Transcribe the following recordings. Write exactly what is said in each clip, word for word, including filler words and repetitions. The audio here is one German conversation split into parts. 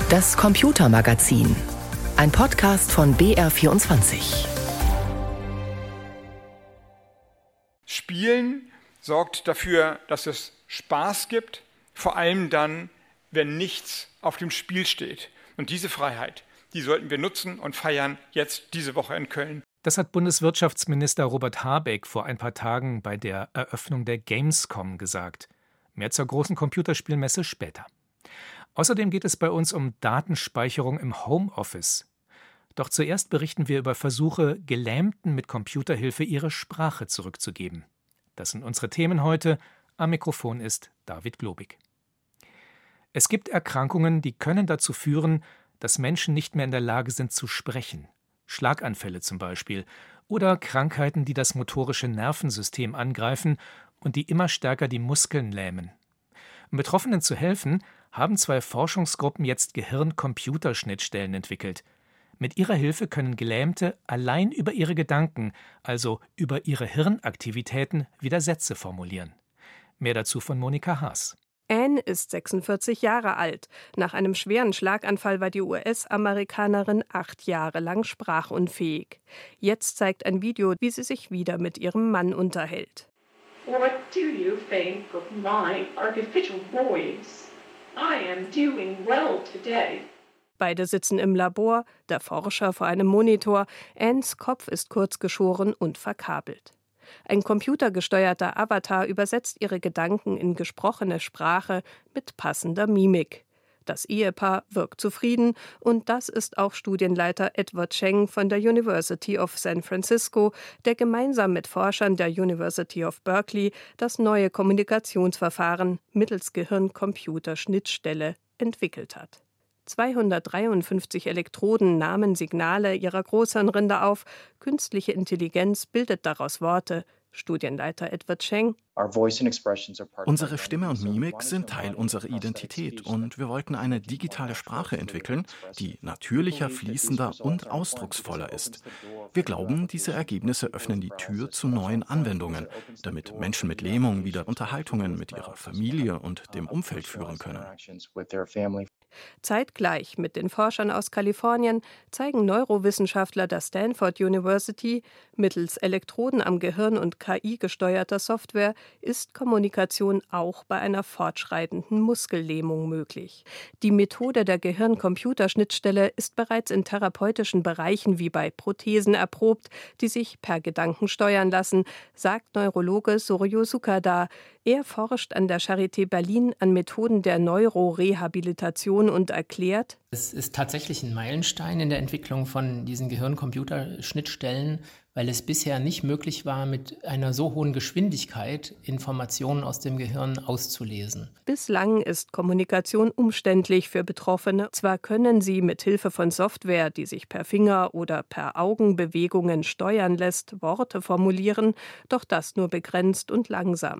Das Computermagazin. Ein Podcast von B R vierundzwanzig. Spielen sorgt dafür, dass es Spaß gibt, vor allem dann, wenn nichts auf dem Spiel steht. Und diese Freiheit, die sollten wir nutzen und feiern jetzt diese Woche in Köln. Das hat Bundeswirtschaftsminister Robert Habeck vor ein paar Tagen bei der Eröffnung der Gamescom gesagt. Mehr zur großen Computerspielmesse später. Außerdem geht es bei uns um Datenspeicherung im Homeoffice. Doch zuerst berichten wir über Versuche, Gelähmten mit Computerhilfe ihre Sprache zurückzugeben. Das sind unsere Themen heute. Am Mikrofon ist David Globig. Es gibt Erkrankungen, die können dazu führen, dass Menschen nicht mehr in der Lage sind zu sprechen. Schlaganfälle zum Beispiel. Oder Krankheiten, die das motorische Nervensystem angreifen und die immer stärker die Muskeln lähmen. Um Betroffenen zu helfen, haben zwei Forschungsgruppen jetzt Gehirn-Computer-Schnittstellen entwickelt. Mit ihrer Hilfe können Gelähmte allein über ihre Gedanken, also über ihre Hirnaktivitäten, wieder Sätze formulieren. Mehr dazu von Monika Haas. Anne ist sechsundvierzig Jahre alt. Nach einem schweren Schlaganfall war die U S-Amerikanerin acht Jahre lang sprachunfähig. Jetzt zeigt ein Video, wie sie sich wieder mit ihrem Mann unterhält. What do you think of my artificial voice? I am doing well today. Beide sitzen im Labor, der Forscher vor einem Monitor. Annes Kopf ist kurz geschoren und verkabelt. Ein computergesteuerter Avatar übersetzt ihre Gedanken in gesprochene Sprache mit passender Mimik. Das Ehepaar wirkt zufrieden und das ist auch Studienleiter Edward Cheng von der University of San Francisco, der gemeinsam mit Forschern der University of Berkeley das neue Kommunikationsverfahren mittels Gehirn-Computer-Schnittstelle entwickelt hat. zweihundertdreiundfünfzig Elektroden nahmen Signale ihrer Großhirnrinde auf. Künstliche Intelligenz bildet daraus Worte. Studienleiter Edward Cheng. Unsere Stimme und Mimik sind Teil unserer Identität und wir wollten eine digitale Sprache entwickeln, die natürlicher, fließender und ausdrucksvoller ist. Wir glauben, diese Ergebnisse öffnen die Tür zu neuen Anwendungen, damit Menschen mit Lähmung wieder Unterhaltungen mit ihrer Familie und dem Umfeld führen können. Zeitgleich mit den Forschern aus Kalifornien zeigen Neurowissenschaftler der Stanford University, mittels Elektroden am Gehirn und K I-gesteuerter Software ist Kommunikation auch bei einer fortschreitenden Muskellähmung möglich. Die Methode der Gehirn-Computer-Schnittstelle ist bereits in therapeutischen Bereichen wie bei Prothesen erprobt, die sich per Gedanken steuern lassen, sagt Neurologe Suryo Sukada. Er forscht an der Charité Berlin an Methoden der Neurorehabilitation und erklärt: Es ist tatsächlich ein Meilenstein in der Entwicklung von diesen Gehirn-Computer-Schnittstellen, weil es bisher nicht möglich war, mit einer so hohen Geschwindigkeit Informationen aus dem Gehirn auszulesen. Bislang ist Kommunikation umständlich für Betroffene. Zwar können sie mit Hilfe von Software, die sich per Finger oder per Augenbewegungen steuern lässt, Worte formulieren, doch das nur begrenzt und langsam.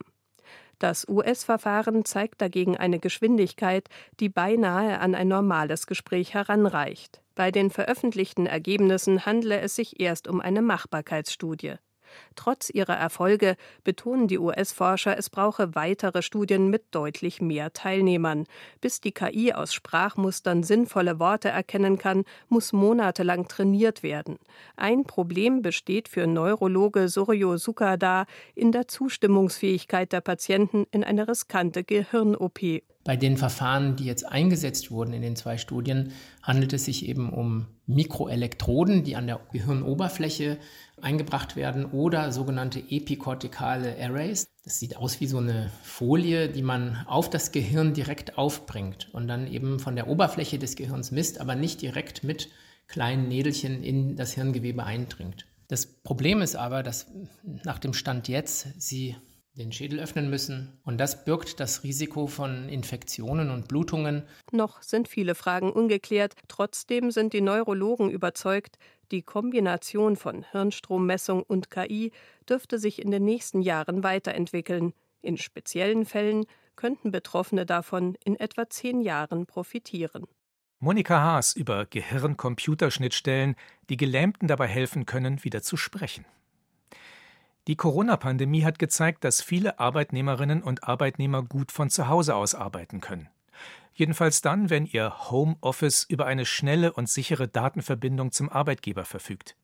Das U S-Verfahren zeigt dagegen eine Geschwindigkeit, die beinahe an ein normales Gespräch heranreicht. Bei den veröffentlichten Ergebnissen handle es sich erst um eine Machbarkeitsstudie. Trotz ihrer Erfolge betonen die U S-Forscher, es brauche weitere Studien mit deutlich mehr Teilnehmern. Bis die K I aus Sprachmustern sinnvolle Worte erkennen kann, muss monatelang trainiert werden. Ein Problem besteht für Neurologe Suryo Sukada in der Zustimmungsfähigkeit der Patienten in eine riskante Gehirn-O P. Bei den Verfahren, die jetzt eingesetzt wurden in den zwei Studien, handelt es sich eben um Mikroelektroden, die an der Gehirnoberfläche eingebracht werden, oder sogenannte epikortikale Arrays. Das sieht aus wie so eine Folie, die man auf das Gehirn direkt aufbringt und dann eben von der Oberfläche des Gehirns misst, aber nicht direkt mit kleinen Nädelchen in das Hirngewebe eindringt. Das Problem ist aber, dass nach dem Stand jetzt sie den Schädel öffnen müssen. Und das birgt das Risiko von Infektionen und Blutungen. Noch sind viele Fragen ungeklärt. Trotzdem sind die Neurologen überzeugt, die Kombination von Hirnstrommessung und K I dürfte sich in den nächsten Jahren weiterentwickeln. In speziellen Fällen könnten Betroffene davon in etwa zehn Jahren profitieren. Monika Haas über Gehirn-Computer-Schnittstellen, die Gelähmten dabei helfen können, wieder zu sprechen. Die Corona-Pandemie hat gezeigt, dass viele Arbeitnehmerinnen und Arbeitnehmer gut von zu Hause aus arbeiten können. Jedenfalls dann, wenn Ihr Homeoffice über eine schnelle und sichere Datenverbindung zum Arbeitgeber verfügt.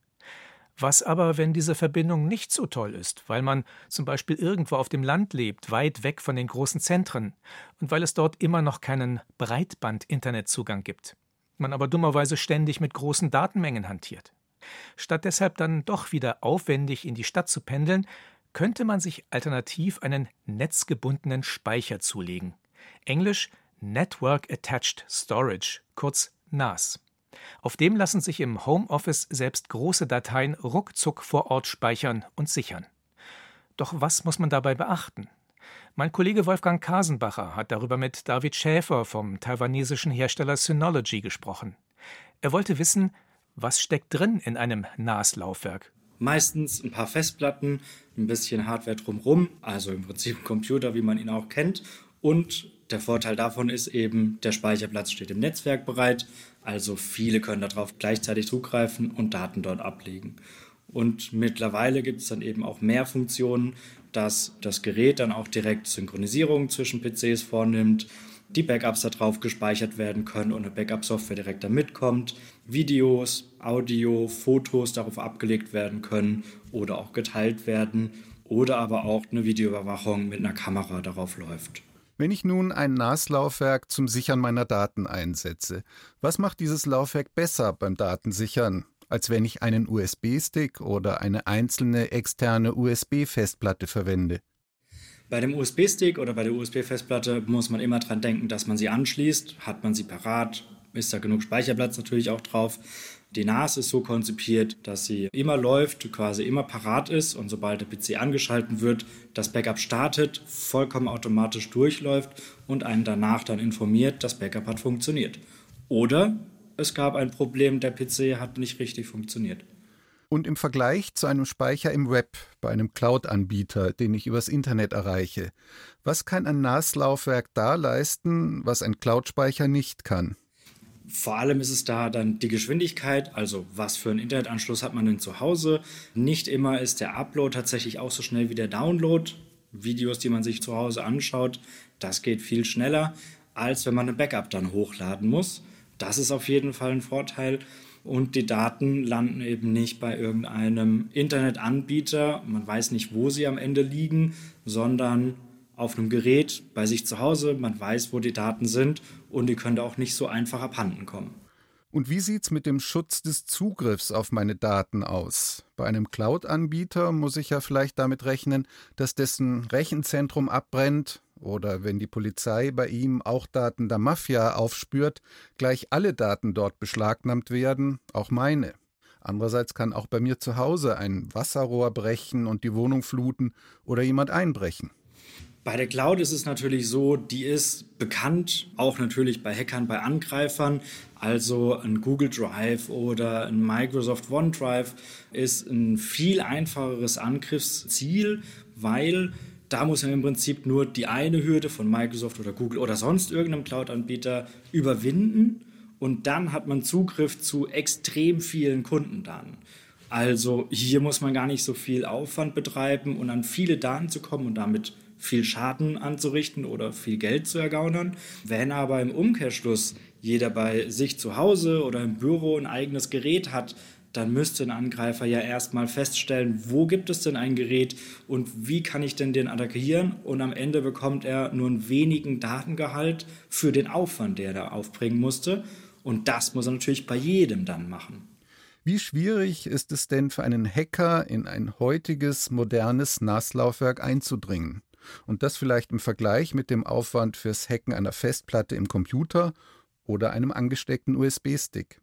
Was aber, wenn diese Verbindung nicht so toll ist, weil man zum Beispiel irgendwo auf dem Land lebt, weit weg von den großen Zentren und weil es dort immer noch keinen Breitband-Internetzugang gibt, man aber dummerweise ständig mit großen Datenmengen hantiert? Statt deshalb dann doch wieder aufwendig in die Stadt zu pendeln, könnte man sich alternativ einen netzgebundenen Speicher zulegen. Englisch Network Attached Storage, kurz N A S. Auf dem lassen sich im Homeoffice selbst große Dateien ruckzuck vor Ort speichern und sichern. Doch was muss man dabei beachten? Mein Kollege Wolfgang Kasenbacher hat darüber mit David Schäfer vom taiwanesischen Hersteller Synology gesprochen. Er wollte wissen, was steckt drin in einem N A S-Laufwerk? Meistens ein paar Festplatten, ein bisschen Hardware drumherum, also im Prinzip ein Computer, wie man ihn auch kennt. Und der Vorteil davon ist eben, der Speicherplatz steht im Netzwerk bereit, also viele können darauf gleichzeitig zugreifen und Daten dort ablegen. Und mittlerweile gibt es dann eben auch mehr Funktionen, dass das Gerät dann auch direkt Synchronisierung zwischen P Cs vornimmt, die Backups da drauf gespeichert werden können und eine Backup-Software direkt da mitkommt, Videos, Audio, Fotos darauf abgelegt werden können oder auch geteilt werden oder aber auch eine Videoüberwachung mit einer Kamera darauf läuft. Wenn ich nun ein N A S-Laufwerk zum Sichern meiner Daten einsetze, was macht dieses Laufwerk besser beim Datensichern, als wenn ich einen U S B-Stick oder eine einzelne externe U S B-Festplatte verwende? Bei dem U S B-Stick oder bei der U S B-Festplatte muss man immer dran denken, dass man sie anschließt. Hat man sie parat, ist da genug Speicherplatz natürlich auch drauf. Die N A S ist so konzipiert, dass sie immer läuft, quasi immer parat ist und sobald der P C angeschaltet wird, das Backup startet, vollkommen automatisch durchläuft und einen danach dann informiert, das Backup hat funktioniert. Oder es gab ein Problem, der P C hat nicht richtig funktioniert. Und im Vergleich zu einem Speicher im Web, bei einem Cloud-Anbieter, den ich übers Internet erreiche, was kann ein N A S-Laufwerk da leisten, was ein Cloud-Speicher nicht kann? Vor allem ist es da dann die Geschwindigkeit, also was für einen Internetanschluss hat man denn zu Hause. Nicht immer ist der Upload tatsächlich auch so schnell wie der Download. Videos, die man sich zu Hause anschaut, das geht viel schneller, als wenn man ein Backup dann hochladen muss. Das ist auf jeden Fall ein Vorteil. Und die Daten landen eben nicht bei irgendeinem Internetanbieter. Man weiß nicht, wo sie am Ende liegen, sondern auf einem Gerät bei sich zu Hause. Man weiß, wo die Daten sind und die können da auch nicht so einfach abhanden kommen. Und wie sieht's mit dem Schutz des Zugriffs auf meine Daten aus? Bei einem Cloud-Anbieter muss ich ja vielleicht damit rechnen, dass dessen Rechenzentrum abbrennt oder wenn die Polizei bei ihm auch Daten der Mafia aufspürt, gleich alle Daten dort beschlagnahmt werden, auch meine. Andererseits kann auch bei mir zu Hause ein Wasserrohr brechen und die Wohnung fluten oder jemand einbrechen. Bei der Cloud ist es natürlich so, die ist bekannt, auch natürlich bei Hackern, bei Angreifern. Also ein Google Drive oder ein Microsoft OneDrive ist ein viel einfacheres Angriffsziel, weil da muss man im Prinzip nur die eine Hürde von Microsoft oder Google oder sonst irgendeinem Cloud-Anbieter überwinden und dann hat man Zugriff zu extrem vielen Kundendaten. Also hier muss man gar nicht so viel Aufwand betreiben und an viele Daten zu kommen und damit viel Schaden anzurichten oder viel Geld zu ergaunern. Wenn aber im Umkehrschluss jeder bei sich zu Hause oder im Büro ein eigenes Gerät hat, dann müsste ein Angreifer ja erstmal feststellen, wo gibt es denn ein Gerät und wie kann ich denn den attackieren? Und am Ende bekommt er nur einen wenigen Datengehalt für den Aufwand, der er da aufbringen musste. Und das muss er natürlich bei jedem dann machen. Wie schwierig ist es denn für einen Hacker, in ein heutiges, modernes N A S-Laufwerk einzudringen? Und das vielleicht im Vergleich mit dem Aufwand fürs Hacken einer Festplatte im Computer oder einem angesteckten U S B-Stick.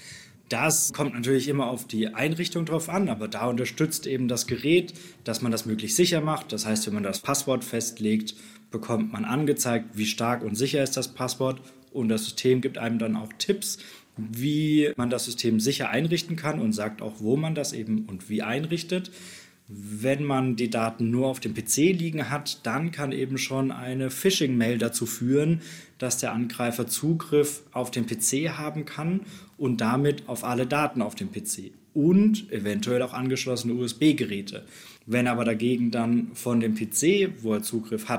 Das kommt natürlich immer auf die Einrichtung drauf an, aber da unterstützt eben das Gerät, dass man das möglichst sicher macht. Das heißt, wenn man das Passwort festlegt, bekommt man angezeigt, wie stark und sicher ist das Passwort. Und das System gibt einem dann auch Tipps, wie man das System sicher einrichten kann und sagt auch, wo man das eben und wie einrichtet. Wenn man die Daten nur auf dem P C liegen hat, dann kann eben schon eine Phishing-Mail dazu führen, dass der Angreifer Zugriff auf den P C haben kann und damit auf alle Daten auf dem P C und eventuell auch angeschlossene U S B-Geräte. Wenn aber dagegen dann von dem P C, wo er Zugriff hat,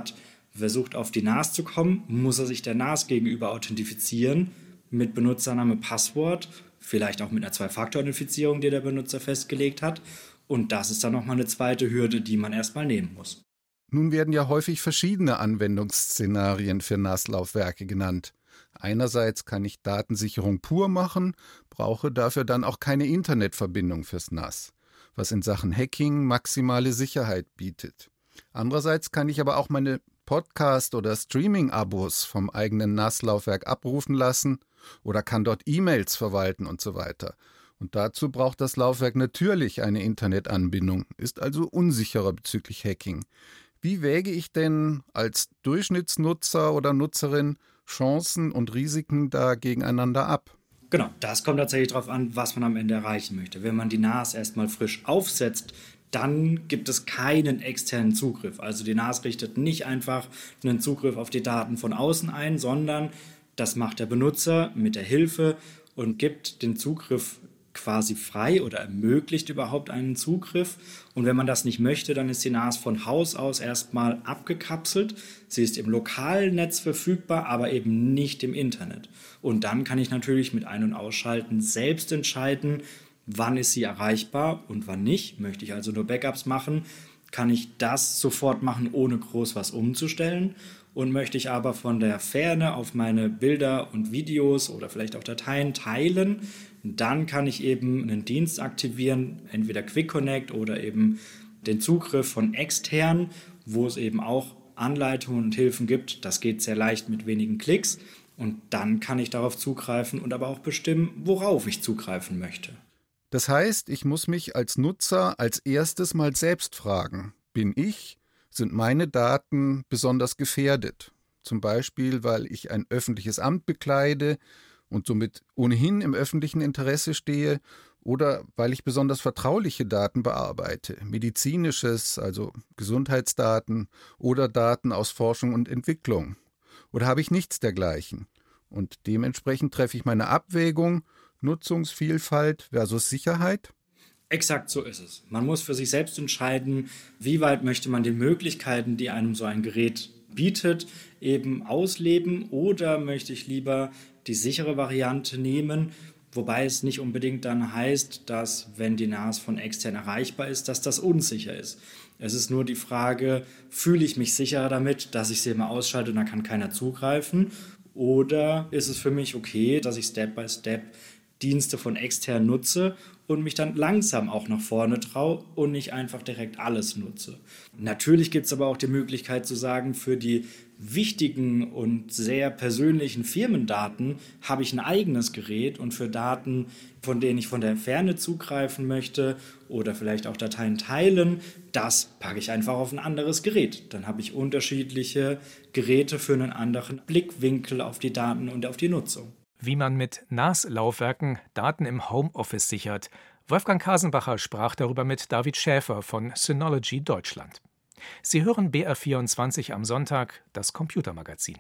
versucht auf die N A S zu kommen, muss er sich der N A S gegenüber authentifizieren mit Benutzername, Passwort, vielleicht auch mit einer Zwei-Faktor-Authentifizierung, die der Benutzer festgelegt hat. Und das ist dann nochmal eine zweite Hürde, die man erstmal nehmen muss. Nun werden ja häufig verschiedene Anwendungsszenarien für N A S-Laufwerke genannt. Einerseits kann ich Datensicherung pur machen, brauche dafür dann auch keine Internetverbindung fürs N A S, was in Sachen Hacking maximale Sicherheit bietet. Andererseits kann ich aber auch meine Podcast- oder Streaming-Abos vom eigenen N A S-Laufwerk abrufen lassen oder kann dort E-Mails verwalten und so weiter. Und dazu braucht das Laufwerk natürlich eine Internetanbindung, ist also unsicherer bezüglich Hacking. Wie wäge ich denn als Durchschnittsnutzer oder Nutzerin Chancen und Risiken da gegeneinander ab? Genau, das kommt tatsächlich darauf an, was man am Ende erreichen möchte. Wenn man die N A S erstmal frisch aufsetzt, dann gibt es keinen externen Zugriff. Also die N A S richtet nicht einfach einen Zugriff auf die Daten von außen ein, sondern das macht der Benutzer mit der Hilfe und gibt den Zugriff quasi frei oder ermöglicht überhaupt einen Zugriff. Und wenn man das nicht möchte, dann ist die N A S von Haus aus erstmal abgekapselt. Sie ist im lokalen Netz verfügbar, aber eben nicht im Internet. Und dann kann ich natürlich mit Ein- und Ausschalten selbst entscheiden, wann ist sie erreichbar und wann nicht. Möchte ich also nur Backups machen, kann ich das sofort machen, ohne groß was umzustellen. Und möchte ich aber von der Ferne auf meine Bilder und Videos oder vielleicht auch Dateien teilen, dann kann ich eben einen Dienst aktivieren, entweder Quick Connect oder eben den Zugriff von extern, wo es eben auch Anleitungen und Hilfen gibt. Das geht sehr leicht mit wenigen Klicks und dann kann ich darauf zugreifen und aber auch bestimmen, worauf ich zugreifen möchte. Das heißt, ich muss mich als Nutzer als erstes mal selbst fragen, bin ich, sind meine Daten besonders gefährdet? Zum Beispiel, weil ich ein öffentliches Amt bekleide und somit ohnehin im öffentlichen Interesse stehe oder weil ich besonders vertrauliche Daten bearbeite, medizinisches, also Gesundheitsdaten oder Daten aus Forschung und Entwicklung. Oder habe ich nichts dergleichen? Und dementsprechend treffe ich meine Abwägung, Nutzungsvielfalt versus Sicherheit? Exakt so ist es. Man muss für sich selbst entscheiden, wie weit möchte man die Möglichkeiten, die einem so ein Gerät bietet, eben ausleben oder möchte ich lieber die sichere Variante nehmen, wobei es nicht unbedingt dann heißt, dass, wenn die N A S von extern erreichbar ist, dass das unsicher ist. Es ist nur die Frage, fühle ich mich sicherer damit, dass ich sie immer ausschalte und dann kann keiner zugreifen, oder ist es für mich okay, dass ich Step by Step Dienste von extern nutze und mich dann langsam auch nach vorne traue und nicht einfach direkt alles nutze. Natürlich gibt es aber auch die Möglichkeit zu sagen, für die wichtigen und sehr persönlichen Firmendaten habe ich ein eigenes Gerät und für Daten, von denen ich von der Ferne zugreifen möchte oder vielleicht auch Dateien teilen, das packe ich einfach auf ein anderes Gerät. Dann habe ich unterschiedliche Geräte für einen anderen Blickwinkel auf die Daten und auf die Nutzung. Wie man mit N A S-Laufwerken Daten im Homeoffice sichert. Wolfgang Kasenbacher sprach darüber mit David Schäfer von Synology Deutschland. Sie hören B R vierundzwanzig am Sonntag, das Computermagazin.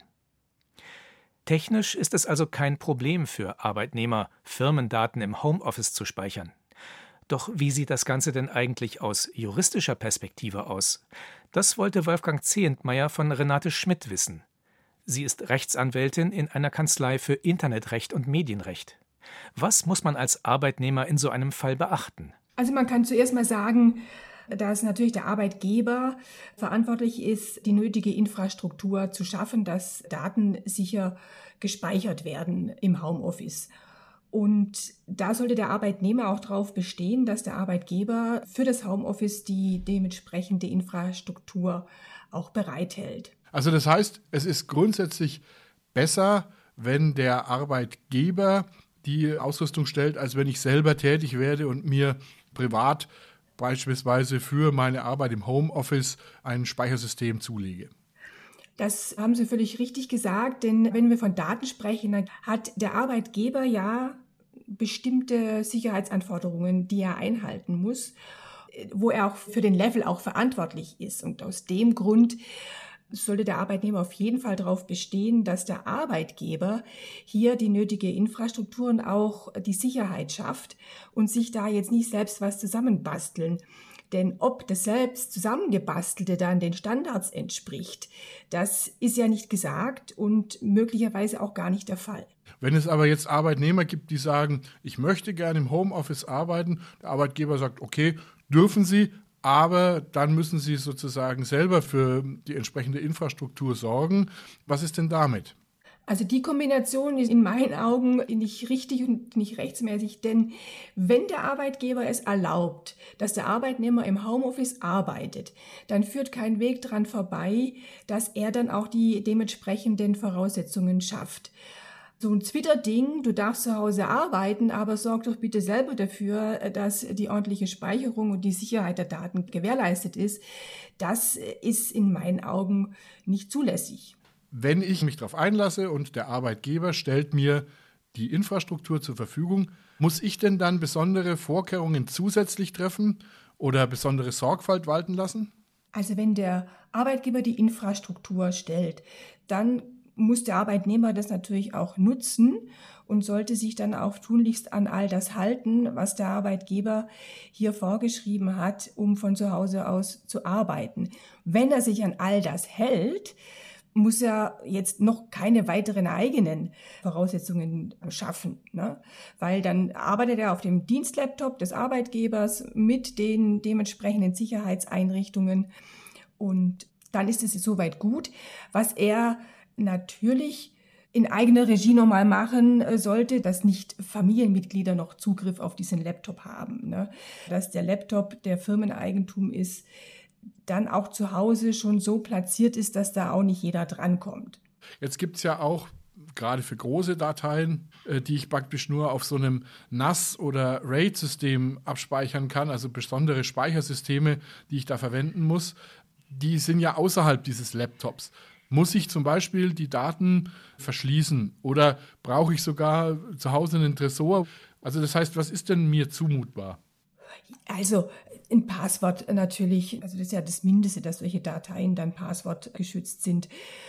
Technisch ist es also kein Problem für Arbeitnehmer, Firmendaten im Homeoffice zu speichern. Doch wie sieht das Ganze denn eigentlich aus juristischer Perspektive aus? Das wollte Wolfgang Zehentmeier von Renate Schmidt wissen. Sie ist Rechtsanwältin in einer Kanzlei für Internetrecht und Medienrecht. Was muss man als Arbeitnehmer in so einem Fall beachten? Also man kann zuerst mal sagen, dass natürlich der Arbeitgeber verantwortlich ist, die nötige Infrastruktur zu schaffen, dass Daten sicher gespeichert werden im Homeoffice. Und da sollte der Arbeitnehmer auch darauf bestehen, dass der Arbeitgeber für das Homeoffice die dementsprechende Infrastruktur auch bereithält. Also das heißt, es ist grundsätzlich besser, wenn der Arbeitgeber die Ausrüstung stellt, als wenn ich selber tätig werde und mir privat beispielsweise für meine Arbeit im Homeoffice ein Speichersystem zulege. Das haben Sie völlig richtig gesagt, denn wenn wir von Daten sprechen, dann hat der Arbeitgeber ja bestimmte Sicherheitsanforderungen, die er einhalten muss, wo er auch für den Level auch verantwortlich ist. Und aus dem Grund sollte der Arbeitnehmer auf jeden Fall darauf bestehen, dass der Arbeitgeber hier die nötige Infrastruktur und auch die Sicherheit schafft und sich da jetzt nicht selbst was zusammenbasteln. Denn ob das selbst zusammengebastelte dann den Standards entspricht, das ist ja nicht gesagt und möglicherweise auch gar nicht der Fall. Wenn es aber jetzt Arbeitnehmer gibt, die sagen, ich möchte gerne im Homeoffice arbeiten, der Arbeitgeber sagt, okay, dürfen Sie, aber dann müssen Sie sozusagen selber für die entsprechende Infrastruktur sorgen. Was ist denn damit? Also die Kombination ist in meinen Augen nicht richtig und nicht rechtsmäßig, denn wenn der Arbeitgeber es erlaubt, dass der Arbeitnehmer im Homeoffice arbeitet, dann führt kein Weg dran vorbei, dass er dann auch die dementsprechenden Voraussetzungen schafft. So ein Twitter-Ding, du darfst zu Hause arbeiten, aber sorg doch bitte selber dafür, dass die ordentliche Speicherung und die Sicherheit der Daten gewährleistet ist, das ist in meinen Augen nicht zulässig. Wenn ich mich darauf einlasse und der Arbeitgeber stellt mir die Infrastruktur zur Verfügung, muss ich denn dann besondere Vorkehrungen zusätzlich treffen oder besondere Sorgfalt walten lassen? Also wenn der Arbeitgeber die Infrastruktur stellt, dann muss der Arbeitnehmer das natürlich auch nutzen und sollte sich dann auch tunlichst an all das halten, was der Arbeitgeber hier vorgeschrieben hat, um von zu Hause aus zu arbeiten. Wenn er sich an all das hält, muss er jetzt noch keine weiteren eigenen Voraussetzungen schaffen, ne? Weil dann arbeitet er auf dem Dienstlaptop des Arbeitgebers mit den dementsprechenden Sicherheitseinrichtungen und dann ist es soweit gut. Was er natürlich in eigener Regie nochmal machen sollte, dass nicht Familienmitglieder noch Zugriff auf diesen Laptop haben, ne? Dass der Laptop, der Firmeneigentum ist, dann auch zu Hause schon so platziert ist, dass da auch nicht jeder drankommt. Jetzt gibt es ja auch, gerade für große Dateien, die ich praktisch nur auf so einem N A S- oder RAID-System abspeichern kann, also besondere Speichersysteme, die ich da verwenden muss, die sind ja außerhalb dieses Laptops. Muss ich zum Beispiel die Daten verschließen oder brauche ich sogar zu Hause einen Tresor? Also das heißt, was ist denn mir zumutbar? Also ein Passwort natürlich, also das ist ja das Mindeste, dass solche Dateien dann passwortgeschützt sind.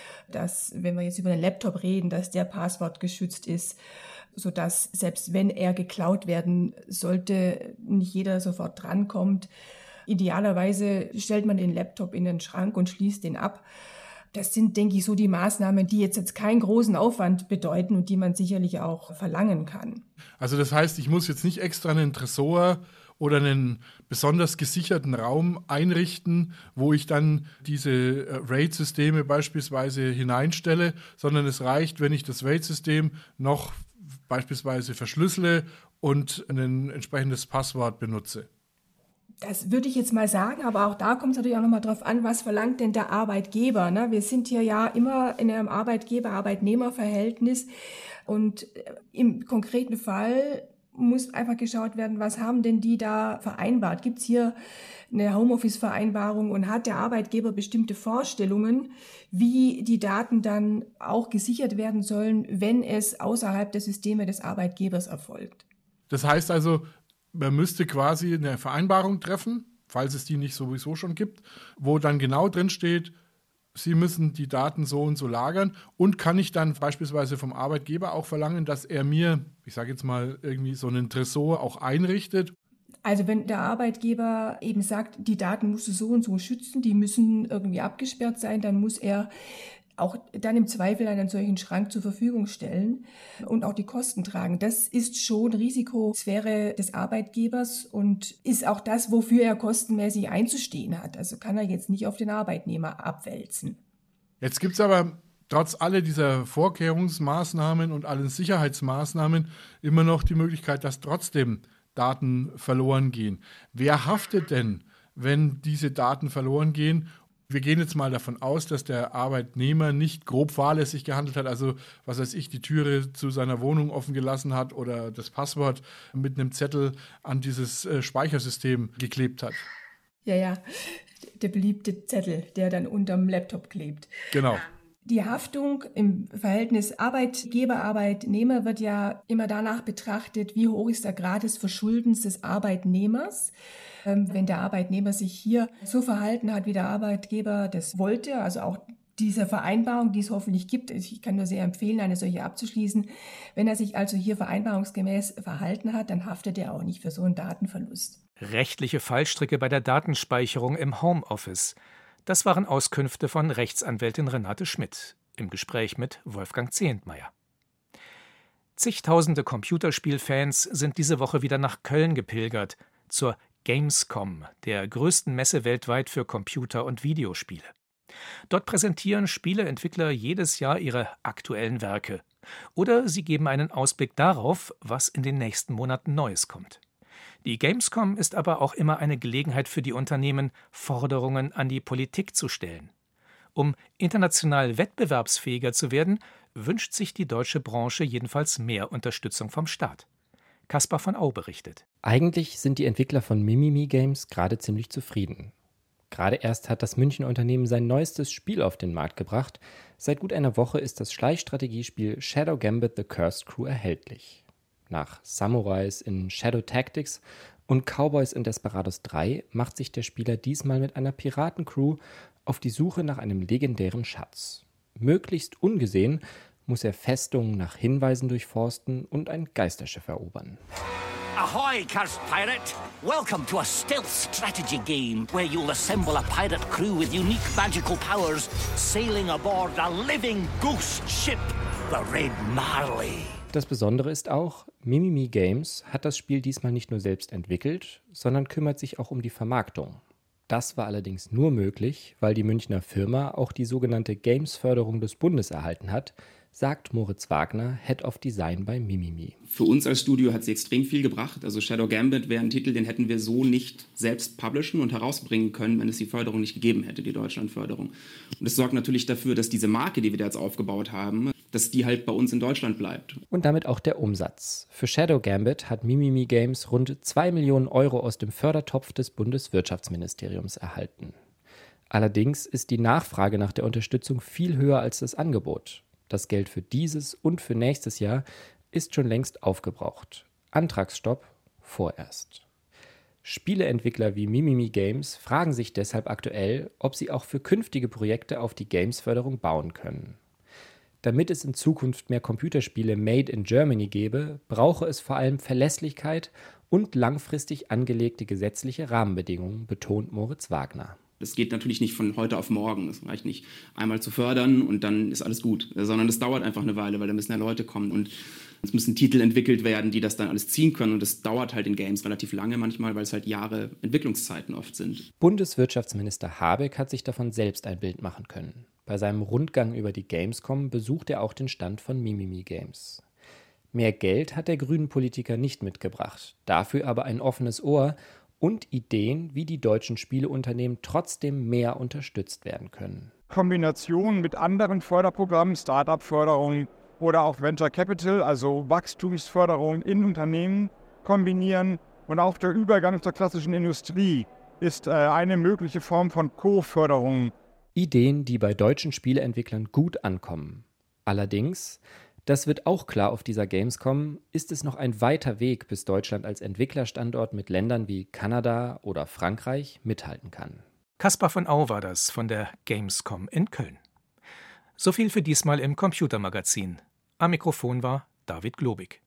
Dass, wenn wir jetzt über einen Laptop reden, dass der passwortgeschützt ist, sodass selbst wenn er geklaut werden sollte, nicht jeder sofort drankommt. Idealerweise stellt man den Laptop in den Schrank und schließt den ab. Das sind, denke ich, so die Maßnahmen, die jetzt, jetzt keinen großen Aufwand bedeuten und die man sicherlich auch verlangen kann. Also das heißt, ich muss jetzt nicht extra einen Tresor oder einen besonders gesicherten Raum einrichten, wo ich dann diese RAID-Systeme beispielsweise hineinstelle, sondern es reicht, wenn ich das RAID-System noch beispielsweise verschlüssele und ein entsprechendes Passwort benutze. Das würde ich jetzt mal sagen, aber auch da kommt es natürlich auch nochmal drauf an, was verlangt denn der Arbeitgeber, ne? Wir sind hier ja immer in einem Arbeitgeber-Arbeitnehmer-Verhältnis und im konkreten Fall muss einfach geschaut werden, was haben denn die da vereinbart? Gibt es hier eine Homeoffice-Vereinbarung und hat der Arbeitgeber bestimmte Vorstellungen, wie die Daten dann auch gesichert werden sollen, wenn es außerhalb der Systeme des Arbeitgebers erfolgt? Das heißt also, man müsste quasi eine Vereinbarung treffen, falls es die nicht sowieso schon gibt, wo dann genau drin steht, Sie müssen die Daten so und so lagern und kann ich dann beispielsweise vom Arbeitgeber auch verlangen, dass er mir, ich sage jetzt mal, irgendwie so einen Tresor auch einrichtet? Also wenn der Arbeitgeber eben sagt, die Daten musst du so und so schützen, die müssen irgendwie abgesperrt sein, dann muss er auch dann im Zweifel einen solchen Schrank zur Verfügung stellen und auch die Kosten tragen. Das ist schon Risikosphäre des Arbeitgebers und ist auch das, wofür er kostenmäßig einzustehen hat. Also kann er jetzt nicht auf den Arbeitnehmer abwälzen. Jetzt gibt es aber trotz all dieser Vorkehrungsmaßnahmen und allen Sicherheitsmaßnahmen immer noch die Möglichkeit, dass trotzdem Daten verloren gehen. Wer haftet denn, wenn diese Daten verloren gehen? Wir gehen jetzt mal davon aus, dass der Arbeitnehmer nicht grob fahrlässig gehandelt hat, also was weiß ich, die Türe zu seiner Wohnung offen gelassen hat oder das Passwort mit einem Zettel an dieses äh, Speichersystem geklebt hat. Ja, ja, der beliebte Zettel, der dann unterm Laptop klebt. Genau. Die Haftung im Verhältnis Arbeitgeber-Arbeitnehmer wird ja immer danach betrachtet, wie hoch ist der Grad des Verschuldens des Arbeitnehmers. Wenn der Arbeitnehmer sich hier so verhalten hat, wie der Arbeitgeber das wollte, also auch dieser Vereinbarung, die es hoffentlich gibt, ich kann nur sehr empfehlen, eine solche abzuschließen. Wenn er sich also hier vereinbarungsgemäß verhalten hat, dann haftet er auch nicht für so einen Datenverlust. Rechtliche Fallstricke bei der Datenspeicherung im Homeoffice. Das waren Auskünfte von Rechtsanwältin Renate Schmidt im Gespräch mit Wolfgang Zehentmeier. Zigtausende Computerspielfans sind diese Woche wieder nach Köln gepilgert, zur Gamescom, der größten Messe weltweit für Computer- und Videospiele. Dort präsentieren Spieleentwickler jedes Jahr ihre aktuellen Werke. Oder sie geben einen Ausblick darauf, was in den nächsten Monaten Neues kommt. Die Gamescom ist aber auch immer eine Gelegenheit für die Unternehmen, Forderungen an die Politik zu stellen. Um international wettbewerbsfähiger zu werden, wünscht sich die deutsche Branche jedenfalls mehr Unterstützung vom Staat. Kaspar von Au berichtet. Eigentlich sind die Entwickler von Mimimi Games gerade ziemlich zufrieden. Gerade erst hat das Münchner Unternehmen sein neuestes Spiel auf den Markt gebracht. Seit gut einer Woche ist das Schleichstrategiespiel Shadow Gambit: The Cursed Crew erhältlich. Nach Samurais in Shadow Tactics und Cowboys in Desperados drei macht sich der Spieler diesmal mit einer Piratencrew auf die Suche nach einem legendären Schatz. Möglichst ungesehen muss er Festungen nach Hinweisen durchforsten und ein Geisterschiff erobern. Ahoy, cursed pirate! Welcome to a stealth strategy game where you'll assemble a pirate crew with unique magical powers sailing aboard a living ghost ship, the Red Marley. Das Besondere ist auch, Mimimi Games hat das Spiel diesmal nicht nur selbst entwickelt, sondern kümmert sich auch um die Vermarktung. Das war allerdings nur möglich, weil die Münchner Firma auch die sogenannte Games-Förderung des Bundes erhalten hat, sagt Moritz Wagner, Head of Design bei Mimimi. Für uns als Studio hat sie extrem viel gebracht. Also Shadow Gambit wäre ein Titel, den hätten wir so nicht selbst publishen und herausbringen können, wenn es die Förderung nicht gegeben hätte, die Deutschlandförderung. Und das sorgt natürlich dafür, dass diese Marke, die wir da jetzt aufgebaut haben, dass die halt bei uns in Deutschland bleibt. Und damit auch der Umsatz. Für Shadow Gambit hat Mimimi Games rund zwei Millionen Euro aus dem Fördertopf des Bundeswirtschaftsministeriums erhalten. Allerdings ist die Nachfrage nach der Unterstützung viel höher als das Angebot. Das Geld für dieses und für nächstes Jahr ist schon längst aufgebraucht. Antragsstopp vorerst. Spieleentwickler wie Mimimi Games fragen sich deshalb aktuell, ob sie auch für künftige Projekte auf die Games-Förderung bauen können. Damit es in Zukunft mehr Computerspiele made in Germany gäbe, brauche es vor allem Verlässlichkeit und langfristig angelegte gesetzliche Rahmenbedingungen, betont Moritz Wagner. Das geht natürlich nicht von heute auf morgen. Es reicht nicht, einmal zu fördern und dann ist alles gut. Sondern das dauert einfach eine Weile, weil da müssen ja Leute kommen. Und es müssen Titel entwickelt werden, die das dann alles ziehen können. Und das dauert halt in Games relativ lange manchmal, weil es halt Jahre Entwicklungszeiten oft sind. Bundeswirtschaftsminister Habeck hat sich davon selbst ein Bild machen können. Bei seinem Rundgang über die Gamescom besucht er auch den Stand von Mimimi Games. Mehr Geld hat der grünen Politiker nicht mitgebracht, dafür aber ein offenes Ohr und Ideen, wie die deutschen Spieleunternehmen trotzdem mehr unterstützt werden können. Kombination mit anderen Förderprogrammen, Start-up-Förderung oder auch Venture Capital, also Wachstumsförderung in Unternehmen kombinieren. Und auch der Übergang zur klassischen Industrie ist äh, eine mögliche Form von Co-Förderung. Ideen, die bei deutschen Spieleentwicklern gut ankommen. Allerdings, das wird auch klar auf dieser Gamescom, ist es noch ein weiter Weg, bis Deutschland als Entwicklerstandort mit Ländern wie Kanada oder Frankreich mithalten kann. Kaspar von Au war das von der Gamescom in Köln. So viel für diesmal im Computermagazin. Am Mikrofon war David Globig.